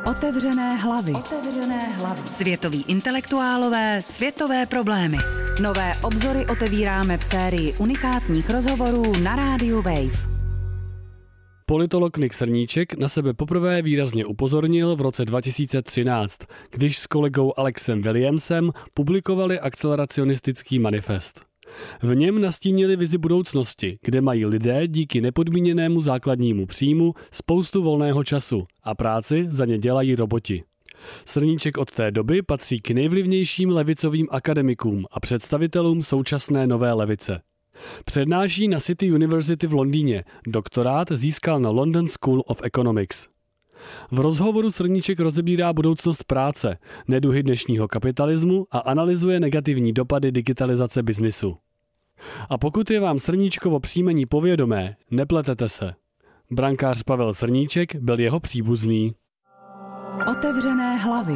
Otevřené hlavy. Světoví intelektuálové, světové problémy. Nové obzory otevíráme v sérii unikátních rozhovorů na rádiu Wave. Politolog Nick Srníček na sebe poprvé výrazně upozornil v roce 2013, když s kolegou Alexem Williamsem publikovali akceleracionistický manifest. V něm nastínili vizi budoucnosti, kde mají lidé díky nepodmíněnému základnímu příjmu spoustu volného času a práci za ně dělají roboti. Srníček od té doby patří k nejvlivnějším levicovým akademikům a představitelům současné nové levice. Přednáší na City University v Londýně, doktorát získal na London School of Economics. V rozhovoru Srníček rozebírá budoucnost práce, neduhy dnešního kapitalismu a analyzuje negativní dopady digitalizace biznisu. A pokud je vám Srníčkovo příjmení povědomé, nepletete se. Brankář Pavel Srníček byl jeho příbuzný. Otevřené hlavy.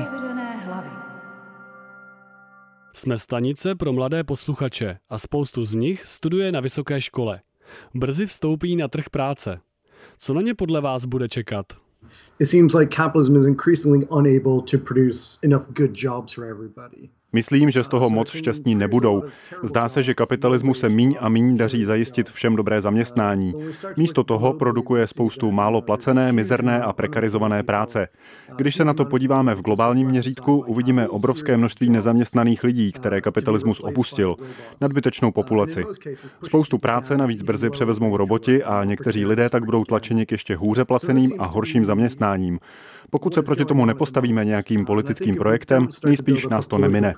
Jsme stanice pro mladé posluchače a spoustu z nich studuje na vysoké škole. Brzy vstoupí na trh práce. Co na ně podle vás bude čekat? It seems like capitalism is increasingly unable to produce enough good jobs for everybody. Myslím, že z toho moc šťastní nebudou. Zdá se, že kapitalismu se míň a míň daří zajistit všem dobré zaměstnání. Místo toho produkuje spoustu málo placené, mizerné a prekarizované práce. Když se na to podíváme v globálním měřítku, uvidíme obrovské množství nezaměstnaných lidí, které kapitalismus opustil. Nadbytečnou populaci. Spoustu práce navíc brzy převezmou roboti a někteří lidé tak budou tlačeni k ještě hůře placeným a horším zaměstnáním. Pokud se proti tomu nepostavíme nějakým politickým projektem, nejspíš nás to nemine.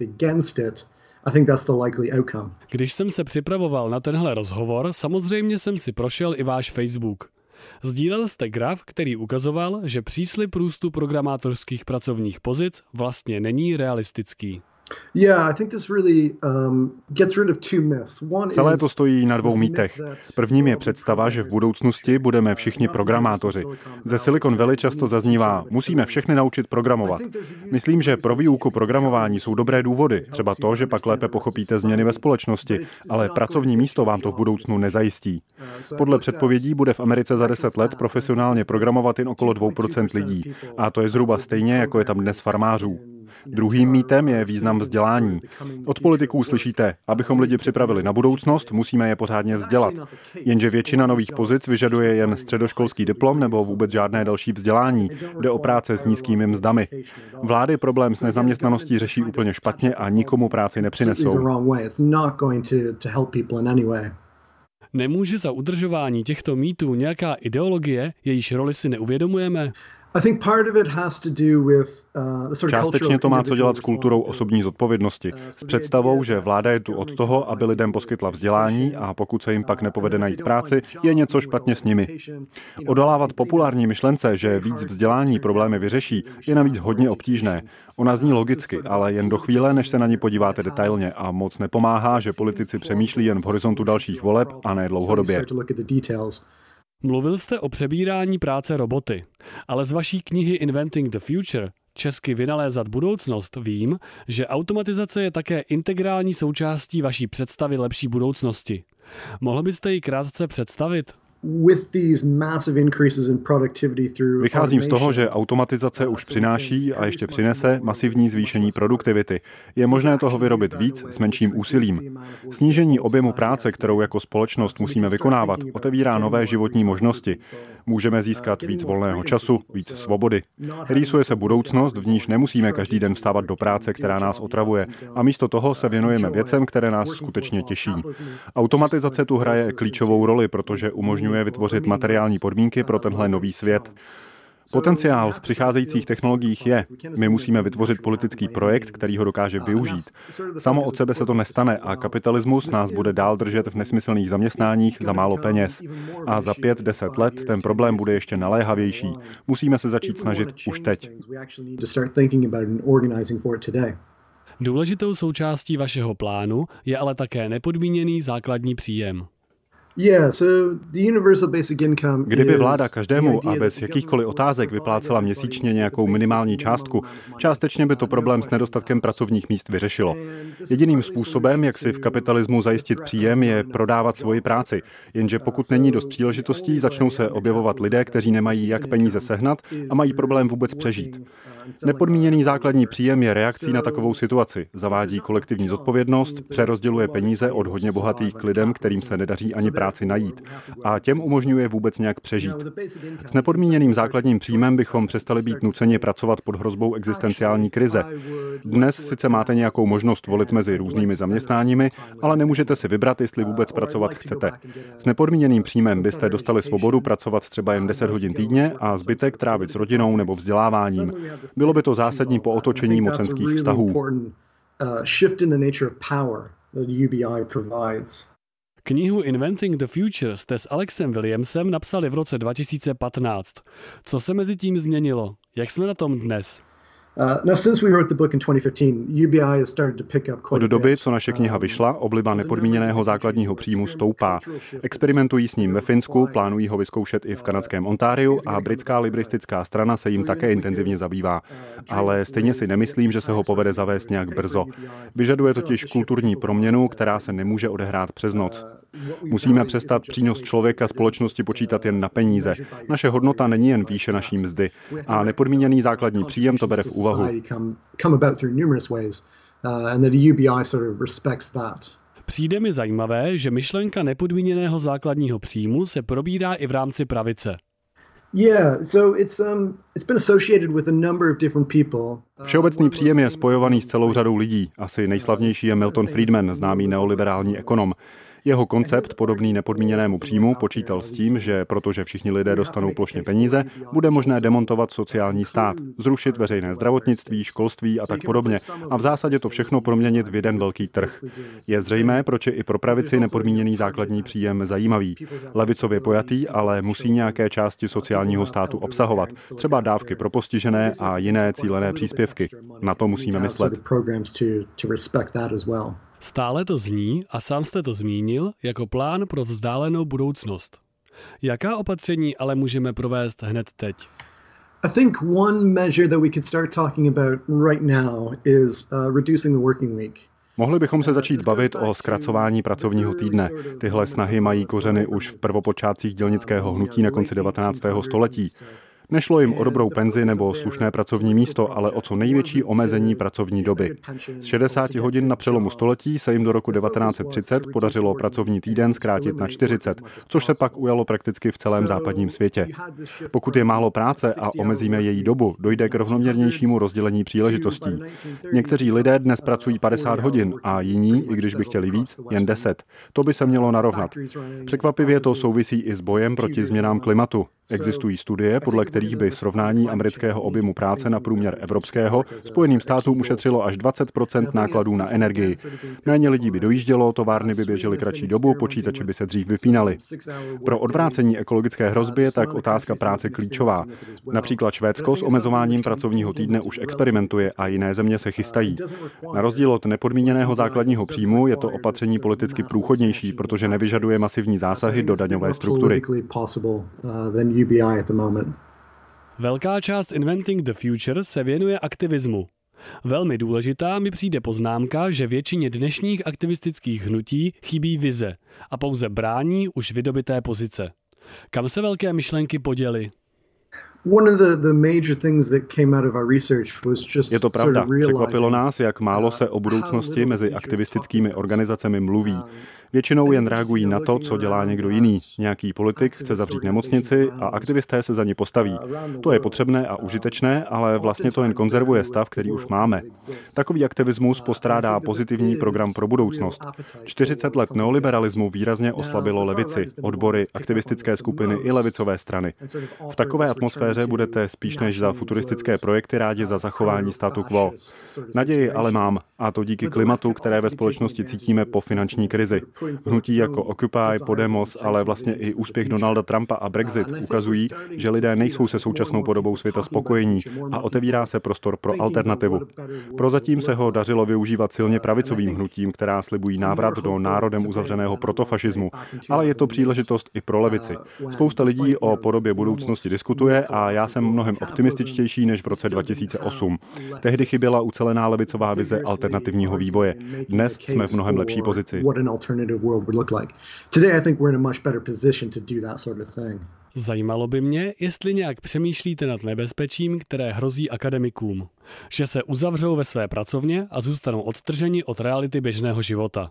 Když jsem se připravoval na tenhle rozhovor, samozřejmě jsem si prošel i váš Facebook. Sdílel jste graf, který ukazoval, že příslib růstu programátorských pracovních pozic vlastně není realistický. Celé to stojí na dvou mýtech. Prvním je představa, že v budoucnosti budeme všichni programátoři. Ze Silicon Valley často zaznívá, musíme všechny naučit programovat. Myslím, že pro výuku programování jsou dobré důvody, třeba to, že pak lépe pochopíte změny ve společnosti, ale pracovní místo vám to v budoucnu nezajistí. Podle předpovědí bude v Americe za 10 let profesionálně programovat jen okolo 2% lidí. A to je zhruba stejně, jako je tam dnes farmářů. Druhým mýtem je význam vzdělání. Od politiků slyšíte, abychom lidi připravili na budoucnost, musíme je pořádně vzdělat. Jenže většina nových pozic vyžaduje jen středoškolský diplom nebo vůbec žádné další vzdělání. Jde o práce s nízkými mzdami. Vlády problém s nezaměstnaností řeší úplně špatně a nikomu práci nepřinesou. Nemůže za udržování těchto mýtů nějaká ideologie, jejíž roli si neuvědomujeme? Částečně to má co dělat s kulturou osobní zodpovědnosti, s představou, že vláda je tu od toho, aby lidem poskytla vzdělání a pokud se jim pak nepovede najít práci, je něco špatně s nimi. Odolávat populární myšlence, že víc vzdělání problémy vyřeší, je navíc hodně obtížné. Ona zní logicky, ale jen do chvíle, než se na ní podíváte detailně a moc nepomáhá, že politici přemýšlí jen v horizontu dalších voleb a ne dlouhodobě. Mluvil jste o přebírání práce roboty, ale z vaší knihy Inventing the Future, česky Vynalézat budoucnost, vím, že automatizace je také integrální součástí vaší představy lepší budoucnosti. Mohl byste ji krátce představit? Vycházím z toho, že automatizace už přináší a ještě přinese masivní zvýšení produktivity. Je možné toho vyrobit víc s menším úsilím. Snížení objemu práce, kterou jako společnost musíme vykonávat, otevírá nové životní možnosti. Můžeme získat víc volného času, víc svobody. Rýsuje se budoucnost, v níž nemusíme každý den vstávat do práce, která nás otravuje, a místo toho se věnujeme věcem, které nás skutečně těší. Automatizace tu hraje klíčovou roli, protože umožňuje vytvořit materiální podmínky pro tenhle nový svět. Potenciál v přicházejících technologiích je. My musíme vytvořit politický projekt, který ho dokáže využít. Samo od sebe se to nestane a kapitalismus nás bude dál držet v nesmyslných zaměstnáních za málo peněz. A za 5-10 let ten problém bude ještě naléhavější. Musíme se začít snažit už teď. Důležitou součástí vašeho plánu je ale také nepodmíněný základní příjem. Kdyby vláda každému a bez jakýchkoliv otázek vyplácela měsíčně nějakou minimální částku, částečně by to problém s nedostatkem pracovních míst vyřešilo. Jediným způsobem, jak si v kapitalismu zajistit příjem, je prodávat svoji práci. Jenže pokud není dost příležitostí, začnou se objevovat lidé, kteří nemají jak peníze sehnat a mají problém vůbec přežít. Nepodmíněný základní příjem je reakcí na takovou situaci. Zavádí kolektivní zodpovědnost, přerozděluje peníze od hodně bohatých k lidem, kterým se nedaří ani práci najít. A těm umožňuje vůbec nějak přežít. S nepodmíněným základním příjmem bychom přestali být nuceni pracovat pod hrozbou existenciální krize. Dnes sice máte nějakou možnost volit mezi různými zaměstnáními, ale nemůžete si vybrat, jestli vůbec pracovat chcete. S nepodmíněným příjmem byste dostali svobodu pracovat třeba jen 10 hodin týdně a zbytek trávit s rodinou nebo vzděláváním. Bylo by to zásadní pootočení mocenských vztahů. Knihu Inventing the Future jste s Alexem Williamsem napsali v roce 2015. Co se mezi tím změnilo? Jak jsme na tom dnes? Od doby, co naše kniha vyšla, obliba nepodmíněného základního příjmu stoupá. Experimentují s ním ve Finsku, plánují ho vyzkoušet i v kanadském Ontariu a britská libristická strana se jim také intenzivně zabývá. Ale stejně si nemyslím, že se ho povede zavést nějak brzo. Vyžaduje totiž kulturní proměnu, která se nemůže odehrát přes noc. Musíme přestat přínos člověka společnosti počítat jen na peníze. Naše hodnota není jen výše naší mzdy a nepodmíněný základní příjem to bere v úvahu. Přijde mi zajímavé, že myšlenka nepodmíněného základního příjmu se probírá i v rámci pravice. Všeobecný příjem je spojovaný s celou řadou lidí. Asi nejslavnější je Milton Friedman, známý neoliberální ekonom. Jeho koncept, podobný nepodmíněnému příjmu, počítal s tím, že protože všichni lidé dostanou plošně peníze, bude možné demontovat sociální stát, zrušit veřejné zdravotnictví, školství a tak podobně a v zásadě to všechno proměnit v jeden velký trh. Je zřejmé, proč je i pro pravici nepodmíněný základní příjem zajímavý. Levicově pojatý, ale musí nějaké části sociálního státu obsahovat, třeba dávky pro postižené a jiné cílené příspěvky. Na to musíme myslet. Stále to zní, a sám jste to zmínil, jako plán pro vzdálenou budoucnost. Jaká opatření ale můžeme provést hned teď? I think one measure that we could start talking about right now is reducing the working week. Mohli bychom se začít bavit o zkracování pracovního týdne. Tyhle snahy mají kořeny už v prvopočátcích dělnického hnutí na konci 19. století. Nešlo jim o dobrou penzi nebo slušné pracovní místo, ale o co největší omezení pracovní doby. Z 60 hodin na přelomu století se jim do roku 1930 podařilo pracovní týden zkrátit na 40, což se pak ujalo prakticky v celém západním světě. Pokud je málo práce a omezíme její dobu, dojde k rovnoměrnějšímu rozdělení příležitostí. Někteří lidé dnes pracují 50 hodin a jiní, i když by chtěli víc, jen 10. To by se mělo narovnat. Překvapivě to souvisí i s bojem proti změnám klimatu. Existují studie, podle kterých by srovnání amerického objemu práce na průměr evropského Spojeným státům ušetřilo až 20% nákladů na energii. Méně lidí by dojíždělo, továrny by běžely kratší dobu, počítače by se dřív vypínaly. Pro odvrácení ekologické hrozby je tak otázka práce klíčová. Například Švédsko s omezováním pracovního týdne už experimentuje a jiné země se chystají. Na rozdíl od nepodmíněného základního příjmu je to opatření politicky průchodnější, protože nevyžaduje masivní zásahy do daňové struktury. Velká část Inventing the Future se věnuje aktivismu. Velmi důležitá mi přijde poznámka, že většině dnešních aktivistických hnutí chybí vize a pouze brání už vydobité pozice. Kam se velké myšlenky poděly? Je to pravda. Překvapilo nás, jak málo se o budoucnosti mezi aktivistickými organizacemi mluví. Většinou jen reagují na to, co dělá někdo jiný. Nějaký politik chce zavřít nemocnici a aktivisté se za ní postaví. To je potřebné a užitečné, ale vlastně to jen konzervuje stav, který už máme. Takový aktivismus postrádá pozitivní program pro budoucnost. 40 let neoliberalismu výrazně oslabilo levici, odbory, aktivistické skupiny i levicové strany. V takové atmosféře budete spíš než za futuristické projekty rádi za zachování statu quo. Naději ale mám, a to díky klimatu, které ve společnosti cítíme po finanční krizi. Hnutí jako Occupy, Podemos, ale vlastně i úspěch Donalda Trumpa a Brexit ukazují, že lidé nejsou se současnou podobou světa spokojení a otevírá se prostor pro alternativu. Prozatím se ho dařilo využívat silně pravicovým hnutím, která slibují návrat do národem uzavřeného protofašismu, ale je to příležitost i pro levici. Spousta lidí o podobě budoucnosti diskutuje a já jsem mnohem optimističtější než v roce 2008. Tehdy chyběla ucelená levicová vize alternativního vývoje. Dnes jsme v mnohem lepší pozici. Zajímalo by mě, jestli nějak přemýšlíte nad nebezpečím, které hrozí akademikům. Že se uzavřou ve své pracovně a zůstanou odtrženi od reality běžného života.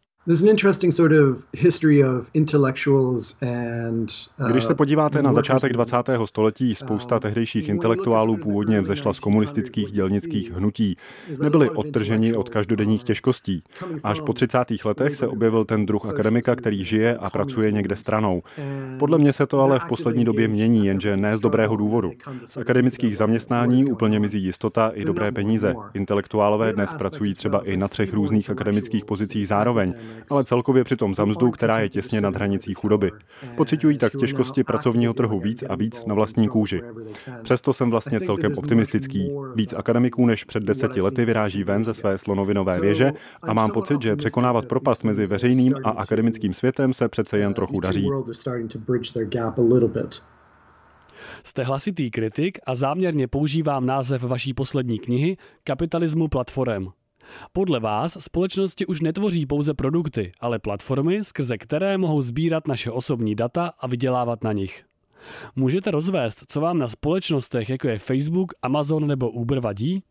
Když se podíváte na začátek 20. století, spousta tehdejších intelektuálů původně vzešla z komunistických dělnických hnutí. Nebyli odtrženi od každodenních těžkostí. Až po 30. letech se objevil ten druh akademika, který žije a pracuje někde stranou. Podle mě se to ale v poslední době mění, jenže ne z dobrého důvodu. Z akademických zaměstnání úplně mizí jistota i dobré peníze. Intelektuálové dnes pracují třeba i na 3 různých akademických pozicích zároveň, ale celkově přitom za mzdu, která je těsně nad hranicí chudoby. Pociťují tak těžkosti pracovního trhu víc a víc na vlastní kůži. Přesto jsem vlastně celkem optimistický. Víc akademiků než před 10 lety vyráží ven ze své slonovinové věže a mám pocit, že překonávat propast mezi veřejným a akademickým světem se přece jen trochu daří. Jste hlasitý kritik a záměrně používám název vaší poslední knihy Kapitalismu platform. Podle vás společnosti už netvoří pouze produkty, ale platformy, skrze které mohou sbírat naše osobní data a vydělávat na nich. Můžete rozvést, co vám na společnostech, jako je Facebook, Amazon nebo Uber vadí?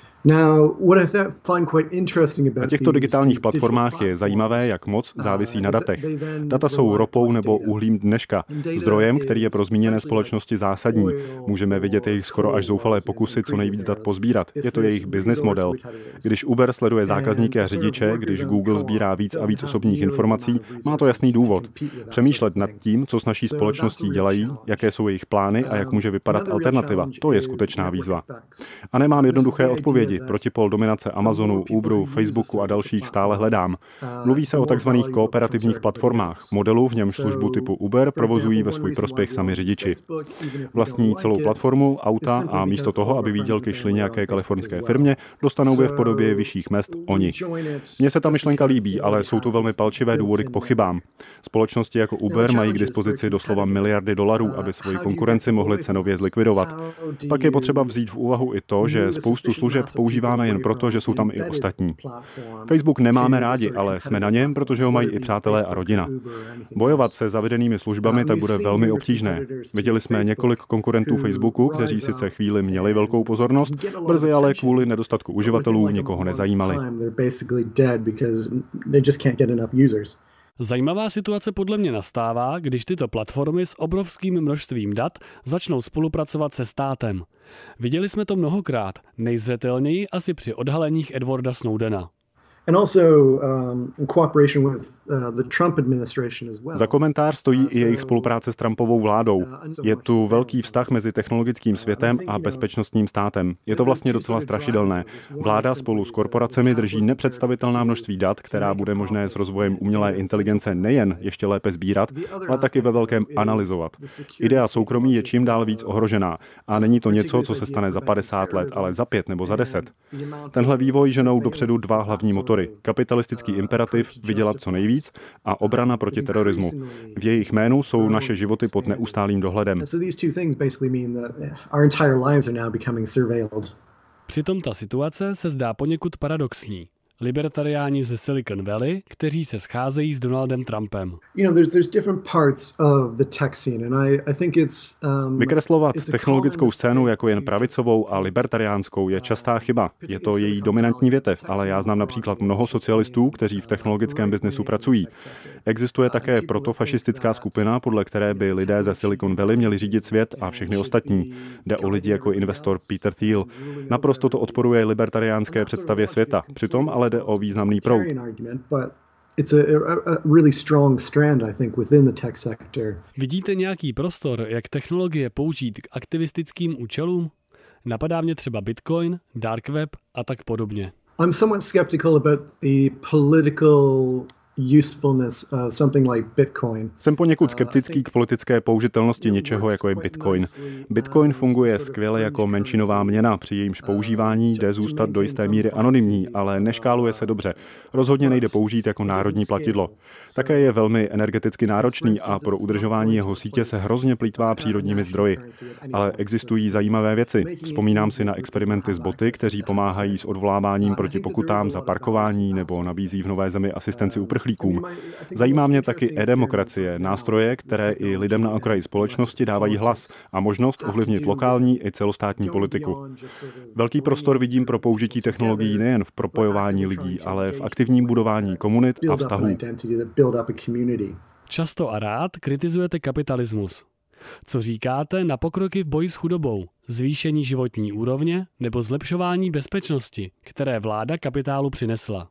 Na těchto digitálních platformách je zajímavé, jak moc závisí na datech. Data jsou ropou nebo uhlím dneška, zdrojem, který je pro zmíněné společnosti zásadní. Můžeme vidět jejich skoro až zoufalé pokusy co nejvíc dat pozbírat. Je to jejich business model. Když Uber sleduje zákazníky a řidiče, když Google sbírá víc a víc osobních informací, má to jasný důvod. Přemýšlet nad tím, co s naší společností dělají, jaké jsou jejich plány a jak může vypadat alternativa, to je skutečná výzva. A nemám jednoduché odpovědi. Protipol dominace Amazonu, Uberu, Facebooku a dalších stále hledám. Mluví se o takzvaných kooperativních platformách, modelu, v němž službu typu Uber provozují ve svůj prospěch sami řidiči. Vlastní celou platformu, auta a místo toho, aby výdělky šly nějaké kalifornské firmě, dostanou je v podobě vyšších mezd oni. Mně se ta myšlenka líbí, ale jsou tu velmi palčivé důvody k pochybám. Společnosti jako Uber mají k dispozici doslova miliardy dolarů, aby svoji konkurenci mohli cenově zlikvidovat. Pak je potřeba vzít v úvahu i to, že spoustu služeb používáme jen proto, že jsou tam i ostatní. Facebook nemáme rádi, ale jsme na něm, protože ho mají i přátelé a rodina. Bojovat se zavedenými službami tak bude velmi obtížné. Viděli jsme několik konkurentů Facebooku, kteří sice chvíli měli velkou pozornost, brzy ale kvůli nedostatku uživatelů nikoho nezajímali. Zajímavá situace podle mě nastává, když tyto platformy s obrovským množstvím dat začnou spolupracovat se státem. Viděli jsme to mnohokrát, nejzřetelněji asi při odhaleních Edwarda Snowdena. Za komentář stojí i jejich spolupráce s Trumpovou vládou. Je tu velký vztah mezi technologickým světem a bezpečnostním státem. Je to vlastně docela strašidelné. Vláda spolu s korporacemi drží nepředstavitelná množství dat, která bude možné s rozvojem umělé inteligence nejen ještě lépe sbírat, ale taky ve velkém analyzovat. Idea soukromí je čím dál víc ohrožená. A není to něco, co se stane za 50 let, ale za 5 nebo za 10. Tenhle vývoj ženou dopředu 2 hlavní motory. Kapitalistický imperativ vydělat co nejvíc a obrana proti terorismu. V jejich jménu jsou naše životy pod neustálým dohledem. Přitom ta situace se zdá poněkud paradoxní. Libertariáni ze Silicon Valley, kteří se scházejí s Donaldem Trumpem. Vykreslovat technologickou scénu jako jen pravicovou a libertariánskou je častá chyba. Je to její dominantní větev, ale já znám například mnoho socialistů, kteří v technologickém biznesu pracují. Existuje také protofašistická skupina, podle které by lidé ze Silicon Valley měli řídit svět a všechny ostatní. Jde o lidi jako investor Peter Thiel. Naprosto to odporuje libertariánské představě světa. Přitom ale jde o významný proud. Vidíte nějaký prostor, jak technologie použít k aktivistickým účelům? Napadá mě třeba Bitcoin, Dark Web a tak podobně. usefulness of something like Bitcoin. Jsem poněkud skeptický k politické použitelnosti něčeho, jako je Bitcoin. Bitcoin funguje skvěle jako menšinová měna, při jejímž používání jde zůstat do jisté míry anonymní, ale neškáluje se dobře. Rozhodně nejde použít jako národní platidlo. Také je velmi energeticky náročný a pro udržování jeho sítě se hrozně plýtvá přírodními zdroji. Ale existují zajímavé věci. Vzpomínám si na experimenty s boty, kteří pomáhají s odvoláváním proti pokutám za parkování nebo nabízí v Nové zemi asistenci uprchlíkům. Zajímá mě taky e-demokracie, nástroje, které i lidem na okraji společnosti dávají hlas a možnost ovlivnit lokální i celostátní politiku. Velký prostor vidím pro použití technologií nejen v propojování lidí, ale v aktivním budování komunit a vztahů. Často a rád kritizujete kapitalismus. Co říkáte na pokroky v boji s chudobou, zvýšení životní úrovně nebo zlepšování bezpečnosti, které vláda kapitálu přinesla?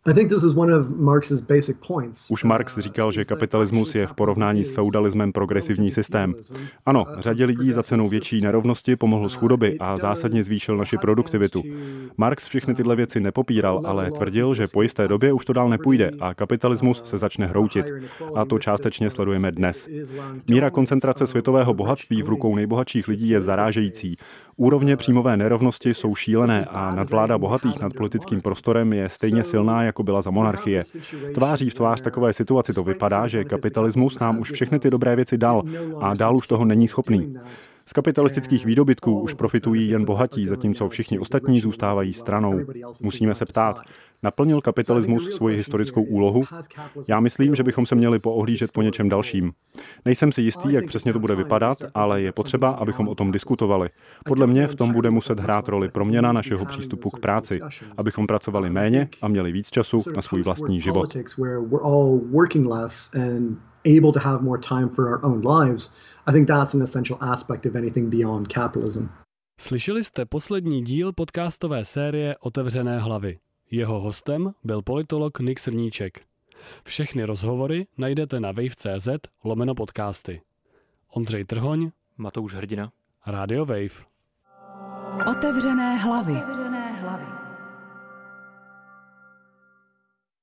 Už Marx říkal, že kapitalismus je v porovnání s feudalismem progresivní systém. Ano, řadě lidí za cenou větší nerovnosti pomohl z chudoby a zásadně zvýšil naši produktivitu. Marx všechny tyhle věci nepopíral, ale tvrdil, že po jisté době už to dál nepůjde a kapitalismus se začne hroutit. A to částečně sledujeme dnes. Míra koncentrace světového bohatství v rukou nejbohatších lidí je zarážející. Úrovně příjmové nerovnosti jsou šílené a nadvláda bohatých nad politickým prostorem je stejně silná, jako byla za monarchie. Tváří v tvář takové situaci to vypadá, že kapitalismus nám už všechny ty dobré věci dal a dál už toho není schopný. Z kapitalistických výdobytků už profitují jen bohatí, zatímco všichni ostatní zůstávají stranou. Musíme se ptát, naplnil kapitalismus svoji historickou úlohu? Já myslím, že bychom se měli poohlížet po něčem dalším. Nejsem si jistý, jak přesně to bude vypadat, ale je potřeba, abychom o tom diskutovali. Podle mě v tom bude muset hrát roli proměna našeho přístupu k práci, abychom pracovali méně a měli víc času na svůj vlastní život. Able to have more time for our own lives. I think that's an essential aspect of anything beyond capitalism. Slyšeli jste poslední díl podcastové série Otevřené hlavy. Jeho hostem byl politolog Nik Srníček. Všechny rozhovory najdete na wave.cz/podcasty. Ondřej Trhoň, Matouš Hrdina, Radio Wave. Otevřené hlavy.